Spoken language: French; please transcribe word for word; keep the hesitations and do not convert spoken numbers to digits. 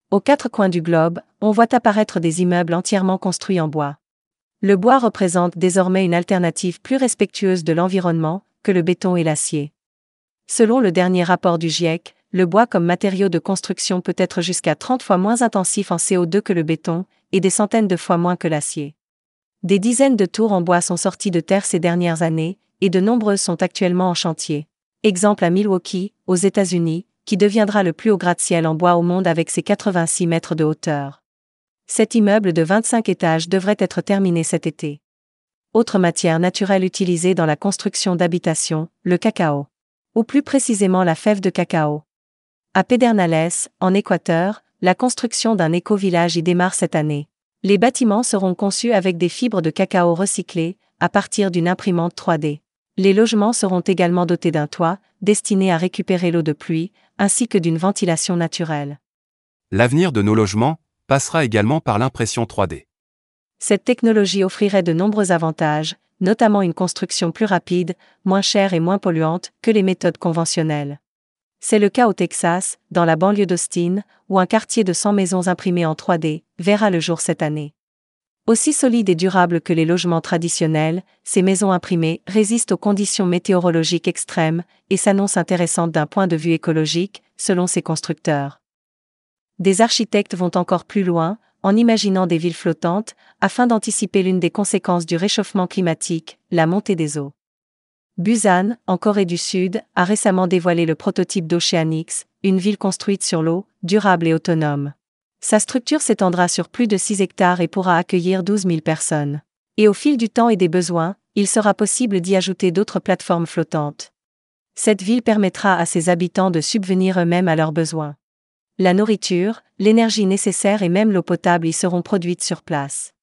Aux quatre coins du globe, on voit apparaître des immeubles entièrement construits en bois. Le bois représente désormais une alternative plus respectueuse de l'environnement que le béton et l'acier. Selon le dernier rapport du GIEC, le bois comme matériau de construction peut être jusqu'à trente fois moins intensif en C O deux que le béton, et des centaines de fois moins que l'acier. Des dizaines de tours en bois sont sorties de terre ces dernières années, et de nombreuses sont actuellement en chantier. Exemple à Milwaukee, aux États-Unis, qui deviendra le plus haut gratte-ciel en bois au monde avec ses quatre-vingt-six mètres de hauteur. Cet immeuble de vingt-cinq étages devrait être terminé cet été. Autre matière naturelle utilisée dans la construction d'habitations, le cacao. Ou plus précisément la fève de cacao. À Pedernales, en Équateur, la construction d'un éco-village y démarre cette année. Les bâtiments seront conçus avec des fibres de cacao recyclées, à partir d'une imprimante trois D. Les logements seront également dotés d'un toit, destiné à récupérer l'eau de pluie, ainsi que d'une ventilation naturelle. L'avenir de nos logements passera également par l'impression trois D. Cette technologie offrirait de nombreux avantages, notamment une construction plus rapide, moins chère et moins polluante que les méthodes conventionnelles. C'est le cas au Texas, dans la banlieue d'Austin, où un quartier de cent maisons imprimées en trois D verra le jour cette année. Aussi solides et durables que les logements traditionnels, ces maisons imprimées résistent aux conditions météorologiques extrêmes et s'annoncent intéressantes d'un point de vue écologique, selon ces constructeurs. Des architectes vont encore plus loin, en imaginant des villes flottantes, afin d'anticiper l'une des conséquences du réchauffement climatique, la montée des eaux. Busan, en Corée du Sud, a récemment dévoilé le prototype d'Oceanix, une ville construite sur l'eau, durable et autonome. Sa structure s'étendra sur plus de six hectares et pourra accueillir douze mille personnes. Et au fil du temps et des besoins, il sera possible d'y ajouter d'autres plateformes flottantes. Cette ville permettra à ses habitants de subvenir eux-mêmes à leurs besoins. La nourriture, l'énergie nécessaire et même l'eau potable y seront produites sur place.